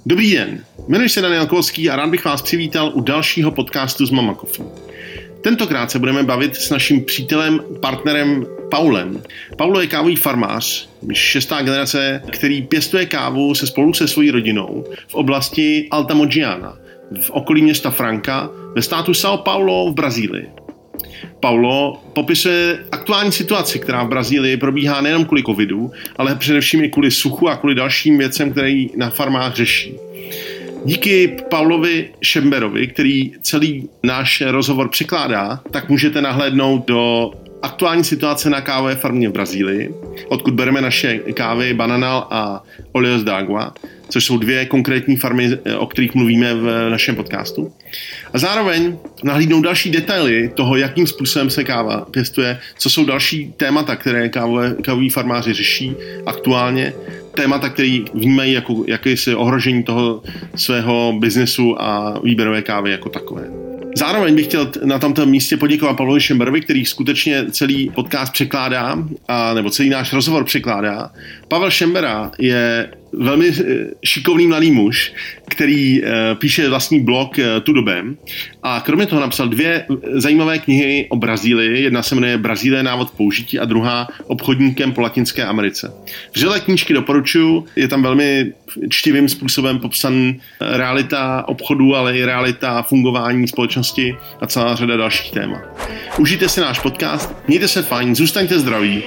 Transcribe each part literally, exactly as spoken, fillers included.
Dobrý den, jmenuji se Daniel Kolský a rád bych vás přivítal u dalšího podcastu z Mama Coffee. Tentokrát se budeme bavit s naším přítelem, partnerem Paulem. Paulo je kávový farmář, šestá generace, který pěstuje kávu se spolu se svojí rodinou v oblasti Altamoggiana, v okolí města Franca, ve státu São Paulo v Brazílii. Paulo popisuje aktuální situaci, která v Brazílii probíhá nejenom kvůli covidu, ale především i kvůli suchu a kvůli dalším věcem, které na farmách řeší. Díky Paulovi Schemberovi, který celý náš rozhovor překládá, tak můžete nahlédnout do aktuální situace na kávové farmě v Brazílii, odkud bereme naše kávy Bananal a Olhos d'Água, což jsou dvě konkrétní farmy, o kterých mluvíme v našem podcastu. A zároveň nahlídnou další detaily toho, jakým způsobem se káva pěstuje, co jsou další témata, které kávové, kávoví farmáři řeší aktuálně, témata, které vnímají jako jakési ohrožení toho svého biznesu a výběrové kávy jako takové. Zároveň bych chtěl na tomto místě poděkovat Paulovi Schemberovi, který skutečně celý podcast překládá, a, nebo celý náš rozhovor překládá. Pavel Schembera je velmi šikovný mladý muž, který e, píše vlastní blog e, Tudobem a kromě toho napsal dvě zajímavé knihy o Brazílii. Jedna se jmenuje Brazílie návod k použití a druhá Obchodníkem po Latinské Americe. Vřelé knížky doporučuji, je tam velmi čtivým způsobem popsan realita obchodu, ale i realita fungování společnosti a celá řada dalších témat. Užijte si náš podcast, mějte se fajn, zůstaňte zdraví.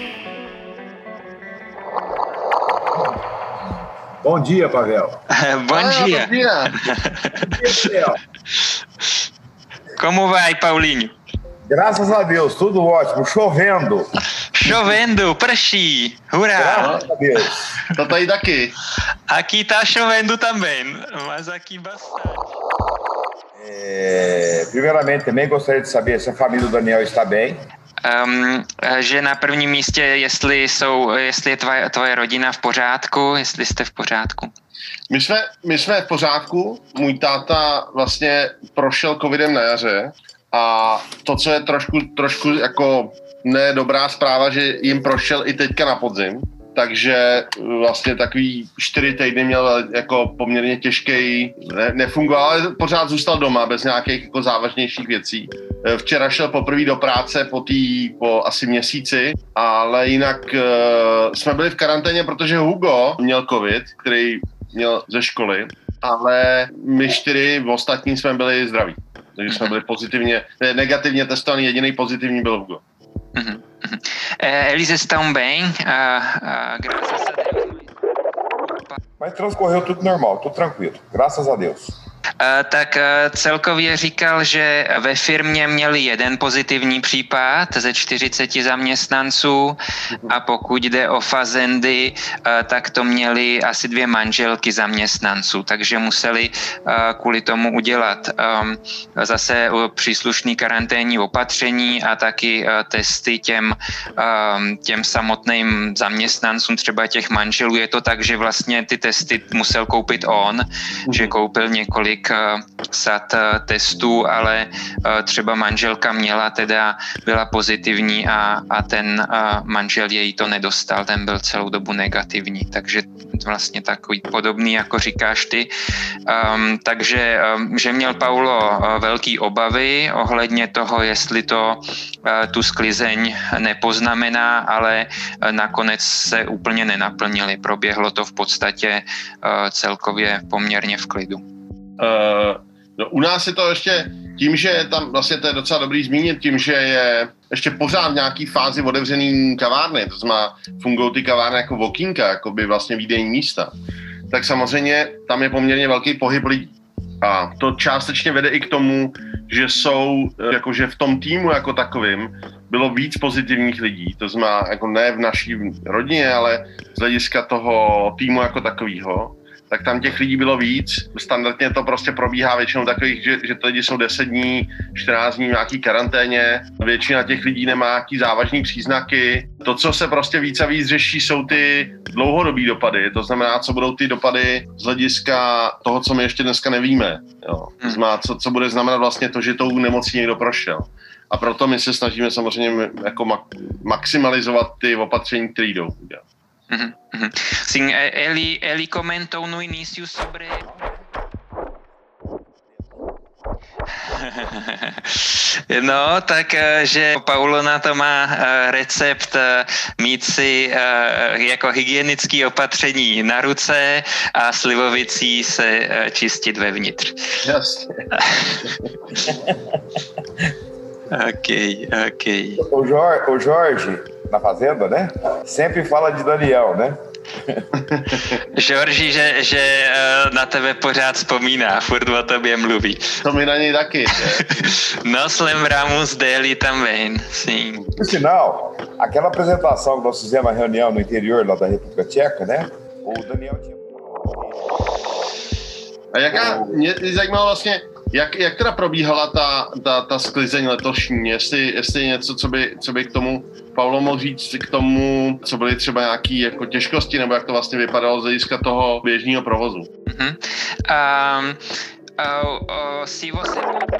Bom dia, Pavel. Bom ah, dia. Bom dia. Como vai, Paulinho? Graças a Deus, tudo ótimo. Chovendo. Chovendo, prší. Hurá. Graças a Deus. To tady taky. Aqui tá chovendo também, mas aqui bastante. É, primeiramente, também gostaria de saber se a família do Daniel está bem. Um, že na prvním místě, jestli, jsou, jestli je tvoje, tvoje rodina v pořádku, jestli jste v pořádku. My jsme, my jsme v pořádku. Můj táta vlastně prošel covidem na jaře a to, co je trošku, trošku jako nedobrá zpráva, že jim prošel i teďka na podzim. Takže vlastně takový čtyři týdny měl jako poměrně těžký, ne, nefungoval, ale pořád zůstal doma bez nějakých jako závažnějších věcí. Včera šel poprvé do práce po, tý, po asi měsíci, ale jinak uh, jsme byli v karanténě, protože Hugo měl covid, který měl ze školy, ale my čtyři ostatní jsme byli zdraví. Takže jsme byli pozitivně, negativně testovaný, jediný pozitivní byl Hugo. Uhum, uhum. É, eles estão bem, ah, ah, graças a Deus. Mas transcorreu tudo normal, tudo tranquilo. Graças a Deus. Uh, tak uh, celkově říkal, že ve firmě měli jeden pozitivní případ ze čtyřiceti zaměstnanců a pokud jde o fazendy, uh, tak to měli asi dvě manželky zaměstnanců, takže museli uh, kvůli tomu udělat um, zase příslušný karanténní opatření a taky uh, testy těm, um, těm samotným zaměstnancům, třeba těch manželů. Je to tak, že vlastně ty testy musel koupit on, že koupil několik sad testů, ale třeba manželka měla, teda byla pozitivní a, a ten manžel její to nedostal, ten byl celou dobu negativní, takže vlastně takový podobný, jako říkáš ty. Um, takže um, že měl Paulo uh, velký obavy ohledně toho, jestli to uh, tu sklizeň nepoznamená, ale uh, nakonec se úplně nenaplnili. Proběhlo to v podstatě uh, celkově poměrně v klidu. Uh, no, u nás je to ještě tím, že tam vlastně to je docela dobrý zmínit, tím, že je ještě pořád v nějaký fázi otevřený kavárny, to znamená fungují ty kavárny jako okýnka, jako by vlastně výdejní místa, tak samozřejmě tam je poměrně velký pohyb lidí. A to částečně vede i k tomu, že jsou, jakože v tom týmu jako takovým bylo víc pozitivních lidí, to znamená jako ne v naší rodině, ale z hlediska toho týmu jako takového. Tak tam těch lidí bylo víc. Standardně to prostě probíhá většinou takových, že, že ty lidi jsou deset dní, čtrnáct dní v nějaký karanténě. Většina těch lidí nemá nějaký závažný příznaky. To, co se prostě víc a víc řeší, jsou ty dlouhodobý dopady. To znamená, co budou ty dopady z hlediska toho, co my ještě dneska nevíme. Jo. To znamená, co, co bude znamenat vlastně to, že tou nemocí někdo prošel. A proto my se snažíme samozřejmě jako maximalizovat ty opatření, které jdou udělat. Uhum, uhum. Sim, ele, ele comentou no início sobre No, tak, že Paulo na to má recept mít si jako hygienické opatření na ruce a slivovicí se čistit vevnitř. Jasně. Ok, ok. O Jorge, o Jorge, na Fazenda, né? Sempre fala de Daniel, né? Georgi, že, že na tebe pořád vzpomíná, furt o tobě mluví. To mi na něj taky. Nós lembramos dele também, sim. Por sinal, aquela apresentação que nós fizemos a reunião no interior lá da República Tcheca, né? O Daniel tinha... A jaká, mě zajímalo vlastně, jak, jak teda probíhala ta, ta, ta sklizeň letošní, jestli, jestli něco, co by, co by k tomu Paulo mohl říct, k tomu, co byly třeba nějaké jako těžkosti, nebo jak to vlastně vypadalo z hlediska toho běžného provozu. Uh-huh. Um, uh, uh, si você...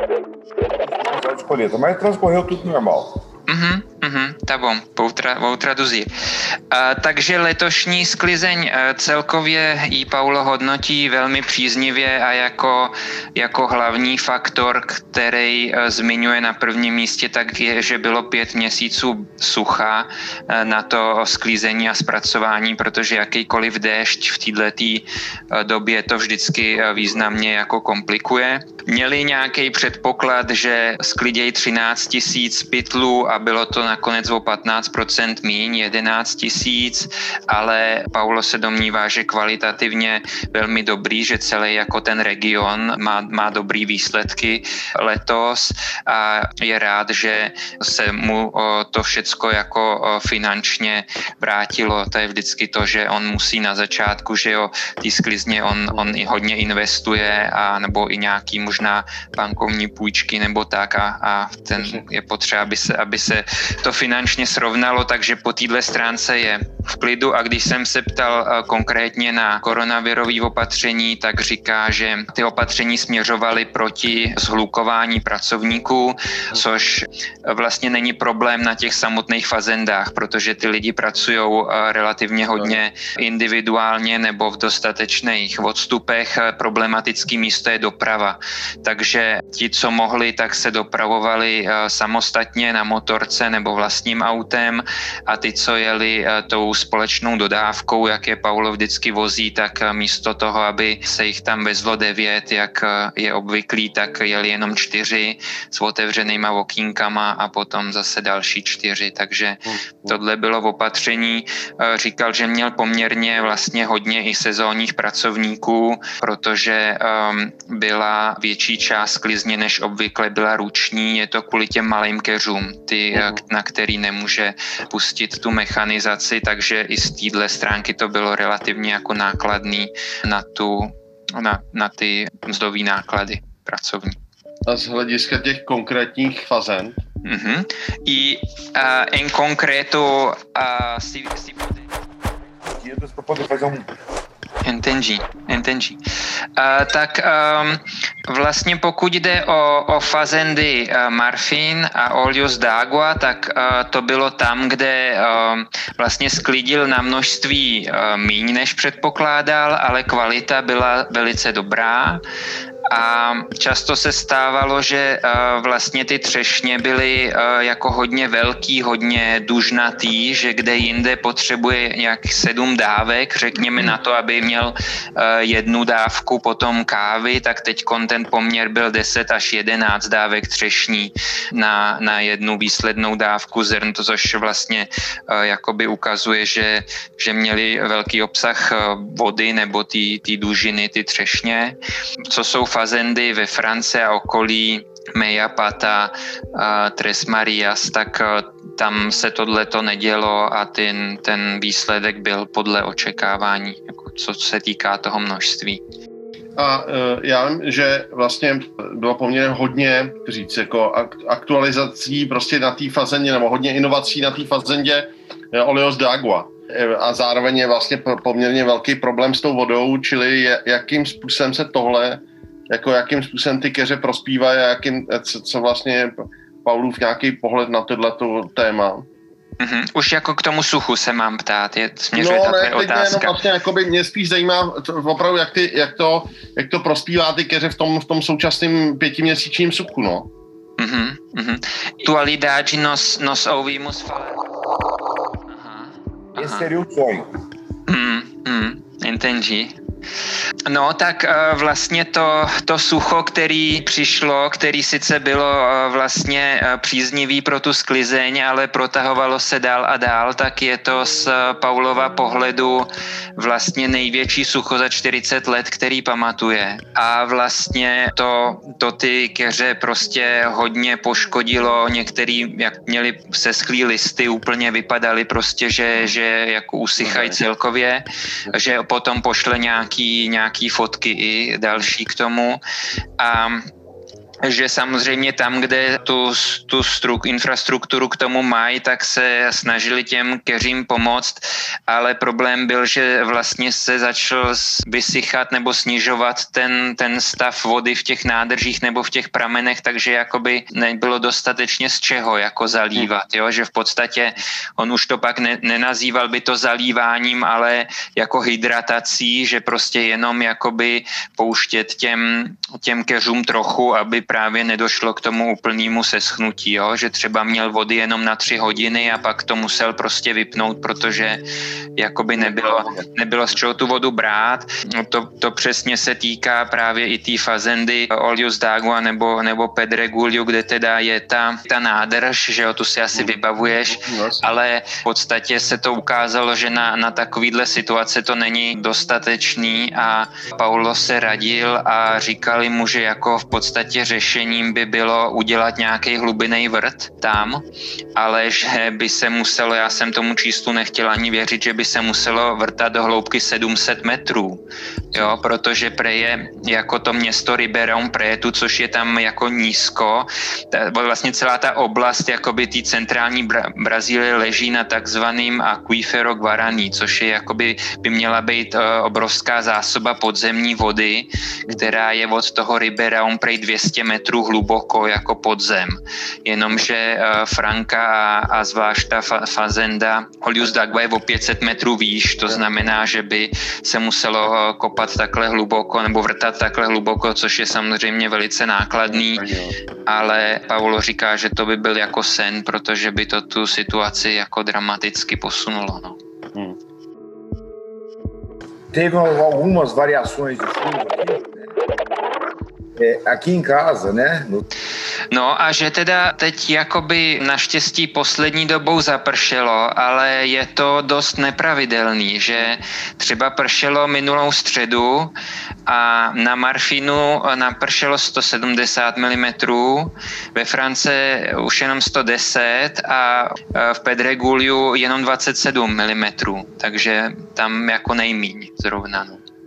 Mas transcorreu tudo normal. Uhum, uhum, tá bom, vou, tra- vou traduzir. Uh, takže letošní sklizeň uh, celkově i Paulo hodnotí velmi příznivě a jako, jako hlavní faktor, který uh, zmiňuje na prvním místě, tak je, že bylo pět měsíců sucha uh, na to sklízení a zpracování, protože jakýkoliv déšť v této uh, době to vždycky uh, významně jako komplikuje. Měli nějaký předpoklad, že sklidějí třináct tisíc pytlů a bylo to nakonec o patnáct procent míň, jedenáct tisíc, ale Paulo se domnívá, že kvalitativně velmi dobrý, že celý jako ten region má, má dobrý výsledky letos a je rád, že se mu to všecko jako finančně vrátilo. To je vždycky to, že on musí na začátku, že jo, ty sklizně on, on i hodně investuje a nebo i nějaký možná bankovní půjčky nebo tak a, a ten je potřeba, aby se, aby se to finančně srovnalo, takže po této stránce je v klidu a když jsem se ptal konkrétně na koronavirové opatření, tak říká, že ty opatření směřovaly proti zhlukování pracovníků, což vlastně není problém na těch samotných fazendách, protože ty lidi pracují relativně hodně individuálně nebo v dostatečných odstupech. Problematický místo je doprava, takže ti, co mohli, tak se dopravovali samostatně na motorce nebo vlastním autem a ty, co jeli tou společnou dodávkou, jak je Paulo vždycky vozí, tak místo toho, aby se jich tam vezlo devět, jak je obvyklý, tak jeli jenom čtyři s otevřenýma okýnkama a potom zase další čtyři, takže tohle bylo v opatření. Říkal, že měl poměrně vlastně hodně i sezónních pracovníků, protože um, byla větší část sklizně než obvykle byla ruční, je to kvůli těm malým keřům, ty, na který nemůže pustit tu mechanizaci, takže i z téhle stránky to bylo relativně jako nákladný na, tu, na, na ty mzdové náklady pracovní. A z hlediska těch konkrétních fazend? Uh-huh. I uh, en concreto uh, si, si... Entendi, entendi. Uh, tak um, vlastně pokud jde o, o fazendy uh, Marfin a Olhos d'Água, tak uh, to bylo tam, kde uh, vlastně sklidil na množství uh, míň, než předpokládal, ale kvalita byla velice dobrá. A často se stávalo, že uh, vlastně ty třešně byly uh, jako hodně velký, hodně dužnatý, že kde jinde potřebuje nějak sedm dávek, řekněme na to, aby měl uh, jednu dávku potom kávy, tak teď ten poměr byl deset až jedenáct dávek třešní na, na jednu výslednou dávku zrn, to což vlastně uh, jakoby ukazuje, že, že měli velký obsah uh, vody nebo ty, ty dužiny, ty třešně, co jsou fazendy ve Francii a okolí Meja Pata, Tres Marias, tak tam se tohleto nedělo a ten, ten výsledek byl podle očekávání, jako co se týká toho množství. A já vím, že vlastně bylo poměrně hodně, říct, jako aktualizací prostě na té fazendě, nebo hodně inovací na té fazendě Olhos d'Água. A zároveň je vlastně poměrně velký problém s tou vodou, čili jakým způsobem se tohle, jako jakým způsobem ty keře prospívají a jakým, co, co vlastně je Paulův nějaký pohled na tohleto téma. Mm-hmm. Už jako k tomu suchu se mám ptát, je, směřuje no, takové ne, otázka. No, vlastně, jakoby, mě spíš zajímá to, opravdu, jak, ty, jak, to, jak to prospívá ty keře v tom, v tom současném pětiměsíčním suchu, no. Mm-hmm, mm-hmm. Atualidade nós, nós ouvimos falar. Aha, aha. Esse seria o sonho. Mm, mm, entendi. No tak vlastně to, to sucho, který přišlo, který sice bylo vlastně příznivý pro tu sklizeň, ale protahovalo se dál a dál, tak je to z Paulova pohledu vlastně největší sucho za čtyřicet let, který pamatuje. A vlastně to, to ty keře prostě hodně poškodilo, některý, jak měli seschlý listy, úplně vypadaly prostě, že, že jako usychají celkově, že potom pošle nějaký, nějaký fotky i další k tomu. A že samozřejmě tam, kde tu, tu struk, infrastrukturu k tomu mají, tak se snažili těm keřím pomoct, ale problém byl, že vlastně se začal vysychat nebo snižovat ten, ten stav vody v těch nádržích nebo v těch pramenech, takže jakoby nebylo dostatečně z čeho jako zalívat, jo? Že v podstatě on už to pak ne, nenazýval by to zalíváním, ale jako hydratací, že prostě jenom jakoby pouštět těm, těm keřům trochu, aby právě nedošlo k tomu úplnému seschnutí, jo? Že třeba měl vody jenom na tři hodiny a pak to musel prostě vypnout, protože jakoby nebylo, nebylo z čeho tu vodu brát. No to, to přesně se týká právě i té fazendy Olhos d'Água nebo, nebo Pedregulho, kde teda je ta, ta nádrž, že jo, tu si asi vybavuješ, ale v podstatě se to ukázalo, že na, na takovýhle situace to není dostatečný a Paulo se radil a říkali mu, že jako v podstatě řešením by bylo udělat nějaký hlubinný vrt tam, ale že by se muselo, já jsem tomu číslu nechtěl ani věřit, že by se muselo vrtat do hloubky sedm set metrů, jo, protože preje jako to město Ribeirão Preto, což je tam jako nízko, ta, vlastně celá ta oblast jakoby té centrální Bra- Brazílie leží na takzvaným Aquífero Guaraní, což je jakoby by měla být uh, obrovská zásoba podzemní vody, která je od toho Ribeirão prej dvě stě metrů hluboko jako podzem. Jenomže uh, Franca a, a zvlášť ta fa- fazenda Olhos d'Água je o pět set metrů výš, to znamená, že by se muselo uh, kopat takhle hluboko nebo vrtat takhle hluboko, což je samozřejmě velice nákladný, ale Paulo říká, že to by byl jako sen, protože by to tu situaci jako dramaticky posunulo. No. Hmm. Teve algumas variações de chuva aqui, é, aqui em casa, né? No... No a že teda teď jakoby naštěstí poslední dobou zapršelo, ale je to dost nepravidelný, že třeba pršelo minulou středu a na Marfinu napršelo sto sedmdesát milimetrů, ve France už jenom sto deset a v Pedregulhu jenom dvacet sedm milimetrů, takže tam jako nejmíň zrovna.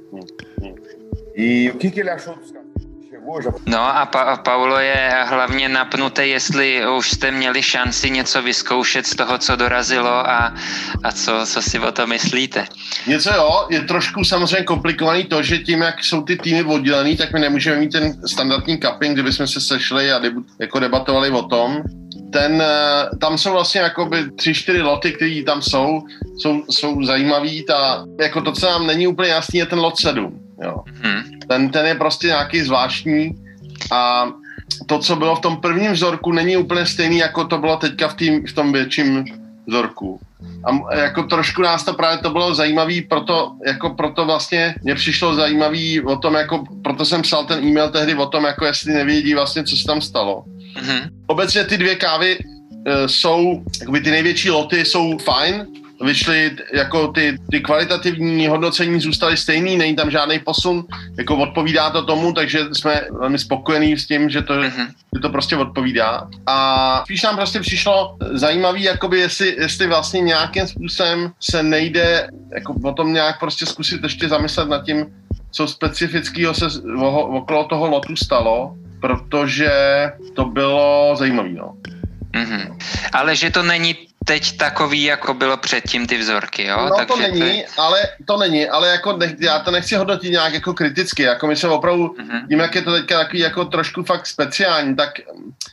E o que que ele achou dos cafés? No a pa- Paulo je hlavně napnutý, jestli už jste měli šanci něco vyzkoušet z toho, co dorazilo a, a co, co si o to myslíte. Něco jo, je trošku samozřejmě komplikovaný to, že tím, jak jsou ty týmy oddělený, tak my nemůžeme mít ten standardní cupping, kde bychom se sešli a debu- jako debatovali o tom. Ten, tam jsou vlastně jakoby tři, čtyři loty, které tam jsou, jsou, jsou zajímavý. Ta, jako to, co nám není úplně jasný, je ten lot sedm. Jo. Hmm. Ten, ten je prostě nějaký zvláštní a to, co bylo v tom prvním vzorku, není úplně stejný, jako to bylo teďka v, tým, v tom větším vzorku. A jako trošku nás to právě to bylo zajímavý, proto, jako proto vlastně mě přišlo zajímavý o tom, jako, proto jsem psal ten e-mail tehdy o tom, jako jestli nevědí vlastně, co se tam stalo. Mm-hmm. Obecně ty dvě kávy e, jsou, jakoby ty největší loty jsou fajn, vyšly jako ty, ty kvalitativní hodnocení zůstaly stejný, není tam žádný posun, jako odpovídá to tomu, takže jsme velmi spokojení s tím, že to, mm-hmm. že to prostě odpovídá. A spíš nám prostě přišlo zajímavý, jakoby jestli, jestli vlastně nějakým způsobem se nejde jako o tom nějak prostě zkusit ještě zamyslet nad tím, co specifického se okolo toho lotu stalo, protože to bylo zajímavé. No. Mm-hmm. Ale že to není teď takový, jako bylo předtím ty vzorky, jo? No takže to není, ty... ale to není, ale jako nech, já to nechci hodnotit nějak jako kriticky, jako my se opravdu, mm-hmm. tím, jak je to teďka takový jako trošku fakt speciální, tak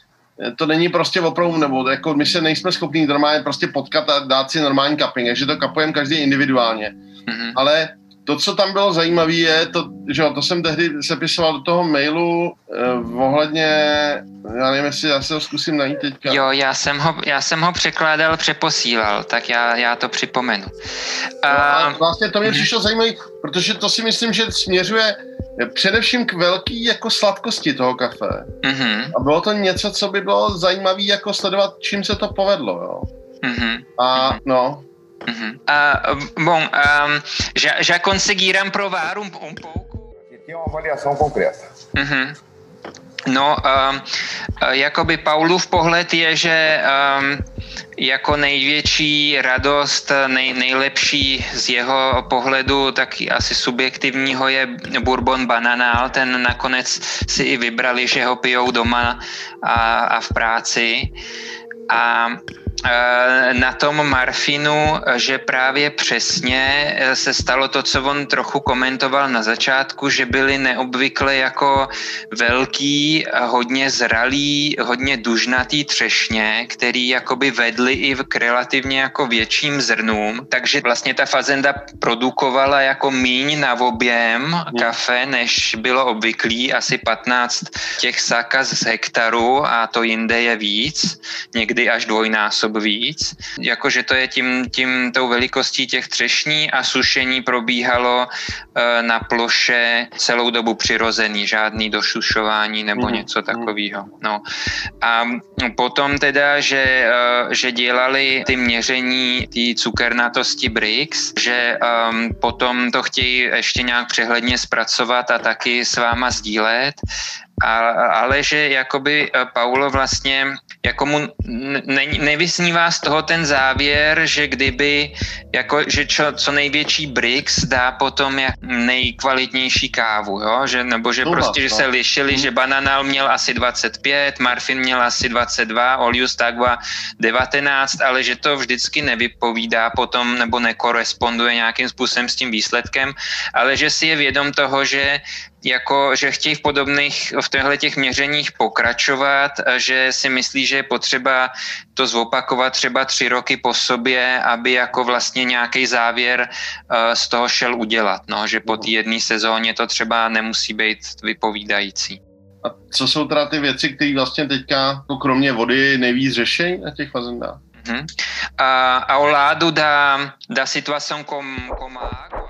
to není prostě opravdu, nebo jako my se nejsme schopní normálně prostě potkat a dát si normální cupping, takže to kapujeme každý individuálně. Mm-hmm. Ale to, co tam bylo zajímavé, je to, že to jsem tehdy sepisoval do toho mailu eh, ohledně, já nevím, jestli já se ho zkusím najít teďka. Jo, já jsem ho, já jsem ho překládal, přeposílal, tak já, já to připomenu. No, a vlastně to mě mm-hmm. přišlo zajímavé, protože to si myslím, že směřuje především k velký jako sladkosti toho kafe. Mm-hmm. A bylo to něco, co by bylo zajímavé jako sledovat, čím se to povedlo, jo. Mm-hmm. A no... Uhum. Uh, bom, um, já, já conseguiram provar um, um pouco. Tem uma avaliação concreta. Uhum. No, um, jakoby Paulův pohled je, že um, jako největší radost, nej, nejlepší z jeho pohledu, tak asi subjektivního je Bourbon Bananal. Ten nakonec si i vybrali, že ho pijou doma a, a v práci. A na tom Marfinu, že právě přesně se stalo to, co on trochu komentoval na začátku, že byli neobvykle jako velký, hodně zralý, hodně dužnatý třešně, který jakoby vedli i k relativně jako větším zrnům. Takže vlastně ta fazenda produkovala jako míň na objem kafe, než bylo obvyklý, asi patnáct těch sáka z hektaru a to jinde je víc, někdy až dvojnásob víc. Jakože to je tím, tím tou velikostí těch třešní a sušení probíhalo e, na ploše celou dobu přirozený, žádný došušování nebo mm. něco takového. No. A potom teda, že, e, že dělali ty měření té cukernatosti Brix, že um, potom to chtějí ještě nějak přehledně zpracovat a taky s váma sdílet. A, ale že jakoby Paulo vlastně jako mu ne, nevysnívá z toho ten závěr, že kdyby jako, že čo, co největší Brix dá potom jak nejkvalitnější kávu, jo? Že, nebo že no, prostě, no. že se lišili, že Bananal měl asi dvacet pět, Marfin měl asi dvacet dva, Olius d'Agua devatenáct, ale že to vždycky nevypovídá potom nebo nekoresponduje nějakým způsobem s tím výsledkem, ale že si je vědom toho, že jako, že chtějí v podobných, v těchto těch měřeních pokračovat, že si myslí, že je potřeba to zopakovat třeba tři roky po sobě, aby jako vlastně nějaký závěr uh, z toho šel udělat, no, že po té jedné sezóně to třeba nemusí být vypovídající. A co jsou teda ty věci, které vlastně teďka, kromě vody, nejvíc řeší na těch fazendách? Uh-huh. A ao lado da, da situação com, com a água?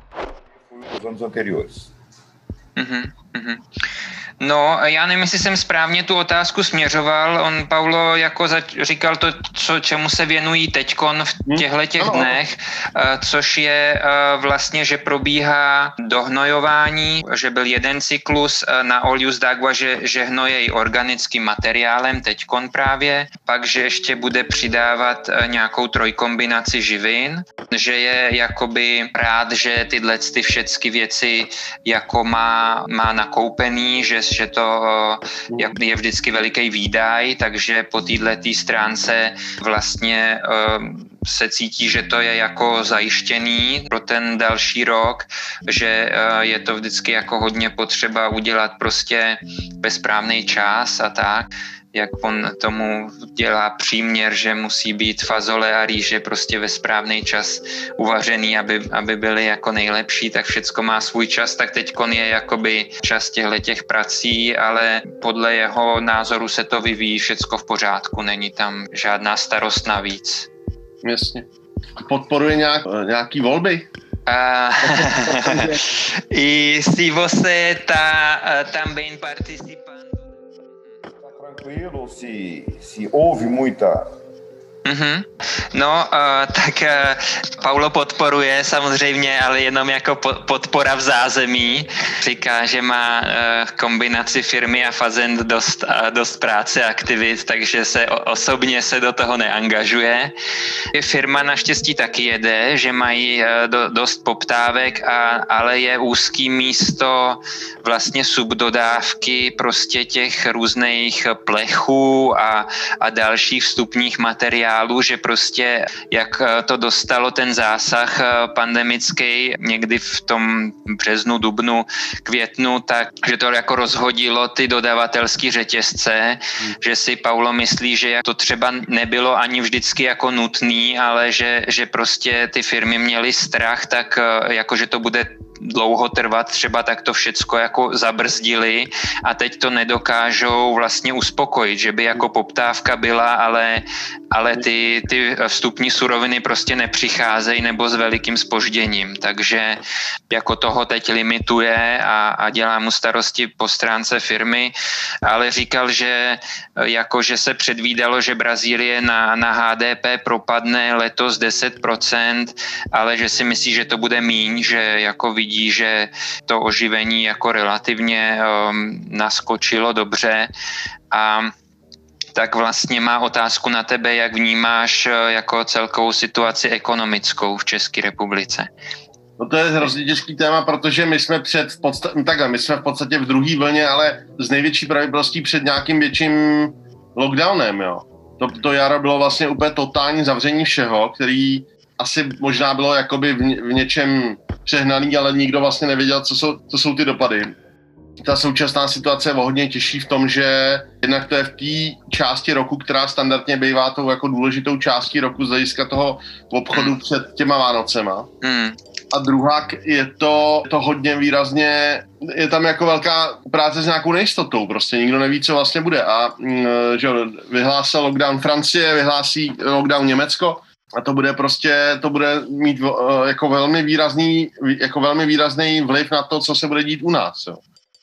Os anos anteriores. Uhum, uhum. No, já nevím, jestli jsem správně tu otázku směřoval. On, Paulo, jako zač- říkal to, co, čemu se věnují teďkon v těchto těch dnech, což je vlastně, že probíhá dohnojování, že byl jeden cyklus na Olius d'Agua, že, že hnojejí organickým materiálem teďkon právě, pak, že ještě bude přidávat nějakou trojkombinaci živin, že je jakoby rád, že tyhle ty všechny věci jako má, má nakoupený, že že to je vždycky veliký výdaj, takže po této stránce vlastně se cítí, že to je jako zajištěný pro ten další rok, že je to vždycky jako hodně potřeba udělat prostě ve správný čas a tak. Jak on tomu dělá příměr, že musí být fazole a rýže prostě ve správný čas uvařený, aby, aby byly jako nejlepší, tak všecko má svůj čas, tak teďkon je jakoby čas těchto prací, ale podle jeho názoru se to vyvíjí všecko v pořádku, není tam žádná starost navíc. Jasně. Podporuje nějak, nějaký volby? Uh, e se você tá uh, também participando. Tranquilo, se, se houve muita... Mm-hmm. No, uh, tak uh, Paulo podporuje samozřejmě, ale jenom jako po- podpora v zázemí. Říká, že má uh, kombinaci firmy a fazend dost, uh, dost práce a aktivit, takže se o- osobně se do toho neangažuje. Firma naštěstí taky jede, že mají uh, do, dost poptávek, a, ale je úzký místo vlastně subdodávky prostě těch různých plechů a, a dalších vstupních materiálů seriálu, že prostě jak to dostalo ten zásah pandemický někdy v tom březnu, dubnu, květnu, tak že to jako rozhodilo ty dodavatelský řetězce, hmm. že si Paulo myslí, že to třeba nebylo ani vždycky jako nutný, ale že, že prostě ty firmy měly strach, tak jako že to bude dlouho trvat třeba, tak to všecko jako zabrzdili a teď to nedokážou vlastně uspokojit, že by jako poptávka byla, ale, ale ty, ty vstupní suroviny prostě nepřicházejí nebo s velikým zpožděním, takže jako toho teď limituje a, a dělá mu starosti po stránce firmy, ale říkal, že jako že se předvídalo, že Brazílie na, na H D P propadne letos deset procent, ale že si myslí, že to bude míň, že jako vidí, že to oživení jako relativně um, naskočilo dobře a tak vlastně má otázku na tebe, jak vnímáš jako celkovou situaci ekonomickou v České republice. No to je hrozně těžký téma, protože my jsme před, v podstatě, takhle, my jsme v podstatě v druhé vlně, ale z největší pravděpodobností před nějakým větším lockdownem, jo. To, to jaro bylo vlastně úplně totální zavření všeho, který asi možná bylo jakoby v, v něčem přehnaný, ale nikdo vlastně nevěděl, co jsou, co jsou ty dopady. Ta současná situace je hodně těžší v tom, že jednak to je v té části roku, která standardně bývá tou jako důležitou částí roku z hlediska toho obchodu před těma Vánocema. Mm. A druhá je to, to hodně výrazně, je tam jako velká práce s nějakou nejistotou, prostě nikdo neví, co vlastně bude. A že vyhlásí lockdown Francie, vyhlásí lockdown Německo, a to bude prostě, to bude mít jako velmi výrazný, jako velmi výrazný vliv na to, co se bude dít u nás. Jo.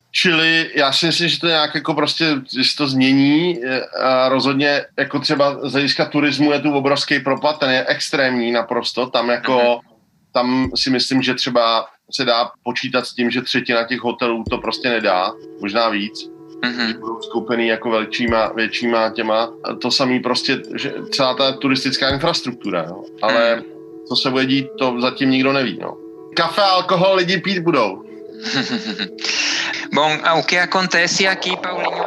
Čili já si myslím, že to nějak jako prostě, že se to změní a rozhodně jako třeba z hlediska turismu je tu obrovský propad, ten je extrémní naprosto, tam jako, tam si myslím, že třeba se dá počítat s tím, že třetina těch hotelů to prostě nedá, možná víc. Mm-hmm. Budou skoupený jako většíma, většíma těma. To samý prostě, že celá ta turistická infrastruktura, jo. Ale mm. co se bude dít, to zatím nikdo neví, no. Kafe a alkohol lidi pít budou. Bom, o que acontece aqui, Paulinho?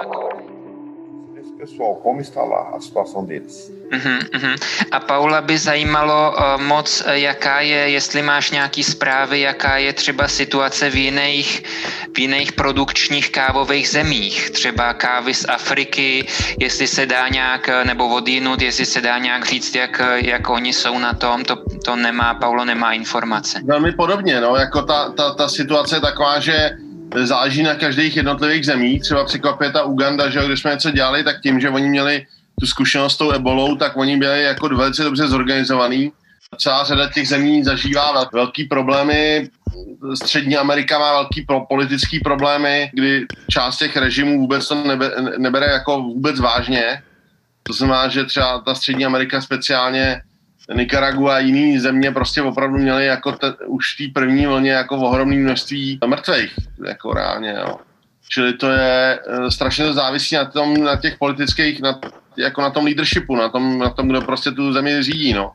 Esse pessoal, como está lá a situação deles? Uhum, uhum. A Paula by zajímalo uh, moc, jaká je, jestli máš nějaký zprávy, jaká je třeba situace v jiných, v jiných produkčních kávových zemích, třeba kávy z Afriky, jestli se dá nějak, nebo odjinud, jestli se dá nějak říct, jak, jak oni jsou na tom, to, to nemá, Paulo nemá informace. Velmi podobně, no, jako ta, ta, ta situace je taková, že záleží na každých jednotlivých zemích, třeba překvapuje ta Uganda, že když jsme něco dělali, tak tím, že oni měli tu zkušenost s tou ebolou, tak oni byli jako velice dobře zorganizovaný. Celá řada těch zemí zažívá velký problémy, Střední Amerika má velký pro politický problémy, kdy část těch režimů vůbec to nebe, nebere jako vůbec vážně. To znamená, že třeba ta Střední Amerika, speciálně Nikaragua a jiný země prostě opravdu měly jako te, už v té první vlně jako ohromné množství mrtvých, jako reálně, jo. Čili to je strašně to závisí na tom, na těch politických, na, jako na tom leadershipu, na tom, na tom, kdo prostě tu zemi řídí, no.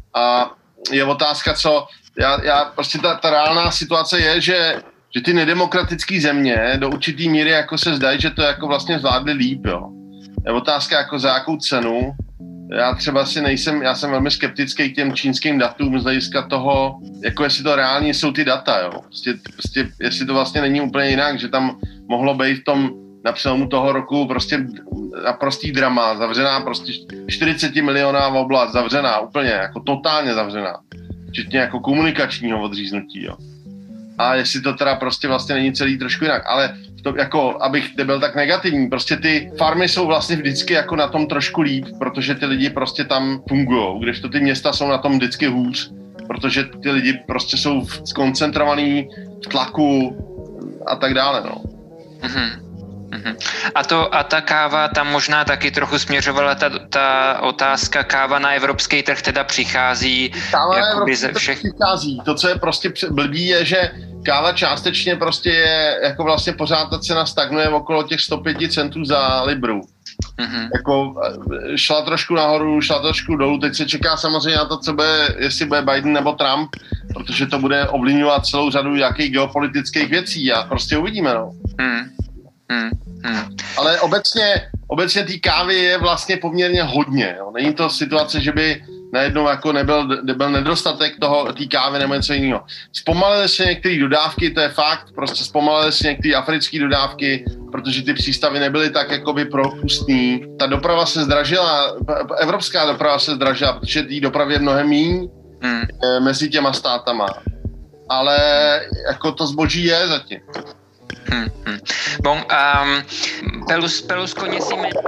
A je otázka, co, já, já prostě ta, ta reálná situace je, že, že ty nedemokratické země do určitý míry jako se zdají, že to jako vlastně zvládli líp, jo. Je otázka jako za jakou cenu. Já třeba si nejsem, já jsem velmi skeptický k těm čínským datům z hlediska toho, jako jestli to reálně jsou ty data, jo. Prostě, prostě jestli to vlastně není úplně jinak, že tam mohlo být v tom na přelomu toho roku prostě naprostý drama, zavřená prostě čtyřicet milioná oblast, zavřená úplně, jako totálně zavřená. Včetně jako komunikačního odříznutí, jo. A jestli to teda prostě vlastně není celý trošku jinak, ale to, jako, abych nebyl tak negativní, prostě ty farmy jsou vlastně vždycky jako na tom trošku líp, protože ty lidi prostě tam fungujou, kdežto ty města jsou na tom vždycky hůř, protože ty lidi prostě jsou skoncentrovaný v tlaku a tak dále, no. Mm-hmm. Mm-hmm. A, to, a ta káva, tam možná taky trochu směřovala ta, ta otázka, káva na evropský trh teda přichází. Káva na evropský trh všech... přichází. To, co je prostě blbý, je, že káva částečně prostě je, jako vlastně pořád ta cena stagnuje okolo těch sto pět centů za libru. Mm-hmm. Jako šla trošku nahoru, šla trošku dolů, teď se čeká samozřejmě na to, co bude, jestli bude Biden nebo Trump, protože to bude ovlivňovat celou řadu jakých geopolitických věcí a prostě uvidíme, no. Mm. Hmm, hmm. Hmm. Ale obecně obecně té kávy je vlastně poměrně hodně. Jo. Není to situace, že by najednou jako nebyl, nebyl nedostatek toho, té kávy nebo něco jiného. Zpomalily se některé dodávky, to je fakt, prostě zpomalily se některé africké dodávky, protože ty přístavy nebyly tak jakoby propustný. Ta doprava se zdražila, evropská doprava se zdražila, protože té dopravy je mnohem míň hmm. mezi těma státama. Ale jako to zboží je zatím. Hmm, hmm. Bom, um, pelos, pelos conhecimentos...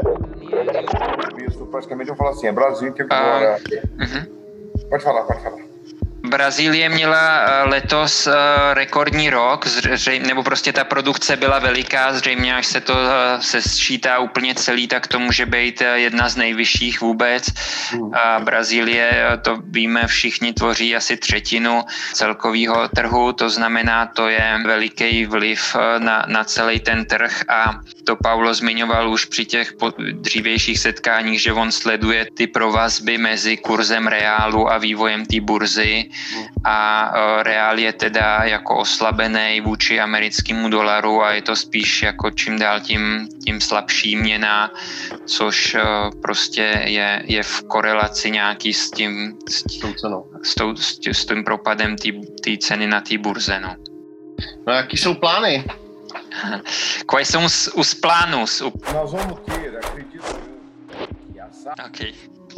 Isso, praticamente eu falo assim, é Brasil que agora... Uh, uh-huh. Pode falar, pode falar. Brazílie měla letos rekordní rok, zřejmě, nebo prostě ta produkce byla veliká, zřejmě až se to se sčítá úplně celý, tak to může být jedna z nejvyšších vůbec. A Brazílie, to víme všichni, tvoří asi třetinu celkového trhu, to znamená, to je veliký vliv na, na celý ten trh a to Paulo zmiňoval už při těch dřívějších setkáních, že on sleduje ty provazby mezi kurzem reálu a vývojem té burzy. A reál je teda jako oslabený vůči americkému dolaru a je to spíš jako čím dál tím, tím slabší měna, což prostě je, je v korelaci nějaký s tím s, s, tou, s, tím, s tím propadem té ceny na té burze. No. No jaký jsou plány? Quais são os, os planos? O... Nós vamos ter, acredito eu, okay.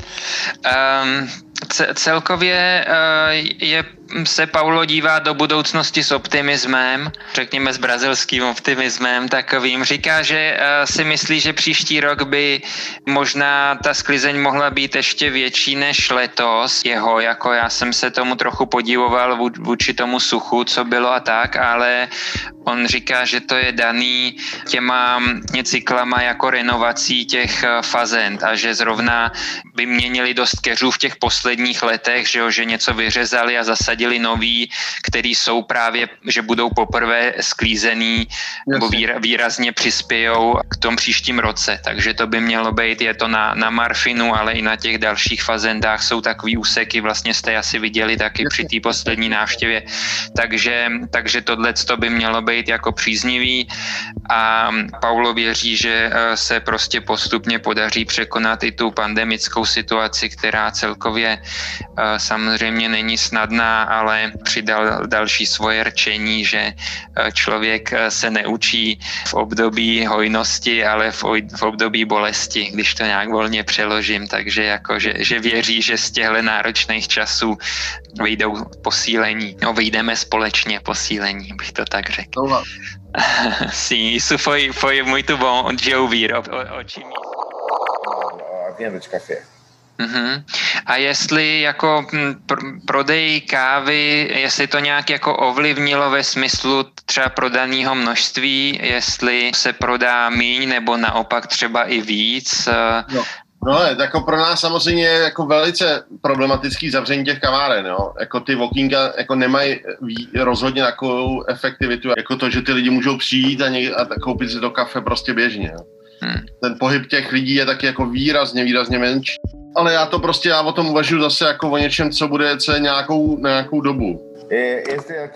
Um, celkově je, se Paulo dívá do budoucnosti s optimismem, řekněme s brazilským optimismem takovým. Říká, že si myslí, že příští rok by možná ta sklizeň mohla být ještě větší než letos. Jeho, jako já jsem se tomu trochu podivoval vůči tomu suchu, co bylo a tak, ale on říká, že to je daný těma cyklama jako renovací těch fazend a že zrovna by měnili dost keřů v těch posledních letech, že, jo, že něco vyřezali a zasadili nový, který jsou právě, že budou poprvé sklízený nebo výrazně přispějou k tomu příštím roce. Takže to by mělo být, je to na, na Marfinu, ale i na těch dalších fazendách jsou takový úseky, vlastně jste asi viděli taky při té poslední návštěvě. Takže, takže tohleto by mělo být jako příznivý a Paulo věří, že se prostě postupně podaří překonat i tu pandemickou situaci, která celkově samozřejmě není snadná, ale přidal další svoje rčení, že člověk se neučí v období hojnosti, ale v období bolesti, když to nějak volně přeložím, takže jako, že, že věří, že z těchto náročných časů vyjdou posílení, no vyjdeme společně posílení, bych to tak řekl. No. Sim, isso foi, foi muito bom de ouvir, otimista. A venda de café. Uh-huh. A jestli jako pr- prodej kávy, jestli to nějak jako ovlivnilo ve smyslu třeba prodaného množství, jestli se prodá míň nebo naopak třeba i víc? No. No, jako pro nás samozřejmě je jako velice problematický zavření těch kaváren, jo. Jako ty walkinga jako nemají rozhodně takovou efektivitu, jako to, že ty lidi můžou přijít a, něk- a koupit si to kafe prostě běžně, jo. Hmm. Ten pohyb těch lidí je taky jako výrazně, výrazně menší. Ale já to prostě, já o tom uvažuji zase jako o něčem, co bude co nějakou, nějakou dobu. Esse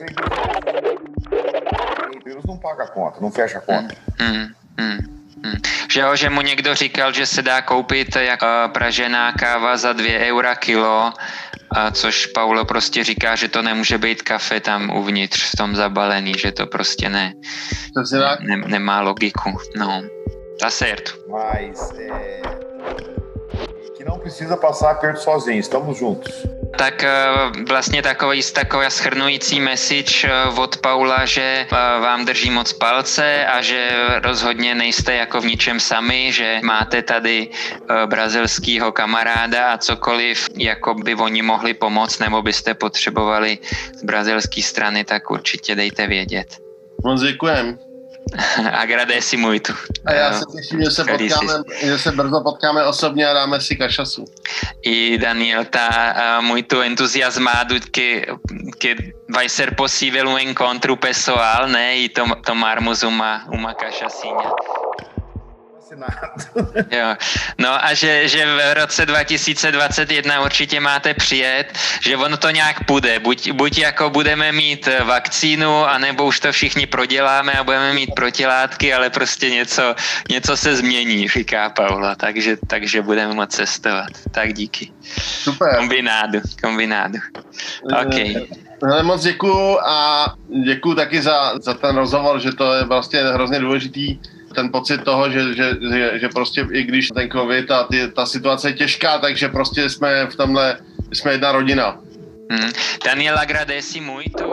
Deus não paga a conta, não fecha a conta. Hmm. Hmm. Hmm. Že, jo, že mu někdo říkal, že se dá koupit jak pražená káva za dvě eura kilo, a což Paulo prostě říká, že to nemůže být kafe tam uvnitř v tom zabalený, že to prostě ne, ne nemá logiku. No, tá certo. Mas é, que não precisa passar aperto sozinho, estamos juntos. Tak vlastně takový, taková shrnující message od Paula, že vám drží moc palce a že rozhodně nejste jako v ničem sami, že máte tady brazilskýho kamaráda a cokoliv, jako by oni mohli pomoct nebo byste potřebovali z brazilské strany, tak určitě dejte vědět. Moc děkujem. Agradeci muito. A já se těším, že se, potkáme, že se brzo potkáme osobně a dáme si cachaçu. E Daniel tá uh, muito entusiasmado que, que vai ser possível um encontro pessoal, né? E tom, tomarmos uma, uma cachaçinha. Jo. No a že, že v roce dva tisíce dvacet jedna určitě máte přijet, že ono to nějak půjde. Buď, buď jako budeme mít vakcínu, anebo už to všichni proděláme a budeme mít protilátky, ale prostě něco, něco se změní, říká Paulo. Takže, takže budeme moct cestovat. Tak díky. Super. Kombinádu, kombinádu. OK. Hele, moc děkuju a děkuju taky za, za ten rozhovor, že to je vlastně hrozně důležitý, ten pocit toho, že, že, že, že prostě i když ten covid a ty, ta situace je těžká, takže prostě jsme v tomhle, jsme jedna rodina. Hmm. Daniel, agradeci muito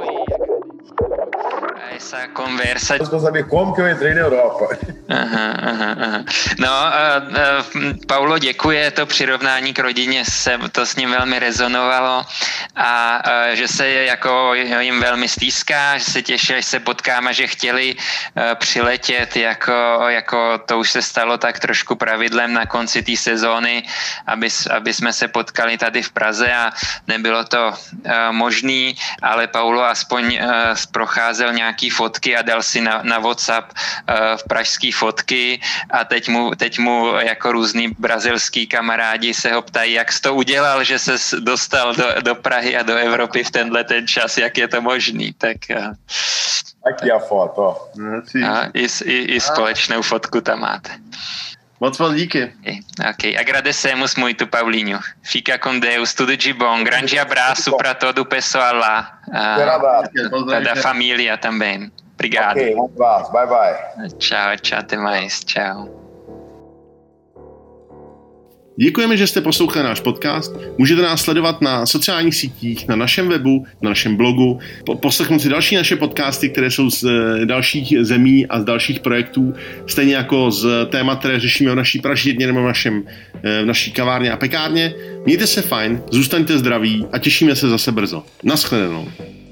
essa conversa. Eu saber como que eu entrei na Europa. Aha, aha, aha. No, uh, uh, Paulo děkuje, to přirovnání k rodině, se, to s ním velmi rezonovalo a uh, že se jako jim velmi stýská, že se těší, až se potkáme, že chtěli uh, přiletět, jako, jako to už se stalo tak trošku pravidlem na konci té sezóny, aby, aby jsme se potkali tady v Praze a nebylo to uh, možný, ale Paulo aspoň uh, procházel nějaký fotky a dal si na, na WhatsApp uh, v pražský fotky a teď mu, teď mu jako různý brazilský kamarádi se ho ptají, jak jsi to udělal, že se dostal do, do Prahy a do Evropy v tenhle ten čas, jak je to možný. Tak, uh, Aqui a foto, ó. a, i, i, I společnou fotku tam máte. Moc moc díky. Ok, okay. Agradecemos muito, Paulinho. Fica com Deus, tudo de bom. Grande abraço para todo o pessoal lá. Uh, da família também. Obrigado. Ok, um abraço. Bye, bye. Tchau, tchau, até mais. Tchau. Děkujeme, že jste poslouchali náš podcast. Můžete nás sledovat na sociálních sítích, na našem webu, na našem blogu, poslechnout si další naše podcasty, které jsou z dalších zemí a z dalších projektů, stejně jako z témat, které řešíme v naší pražírně nebo v, našem, v naší kavárně a pekárně. Mějte se fajn, zůstaňte zdraví a těšíme se zase brzo. Naschledanou.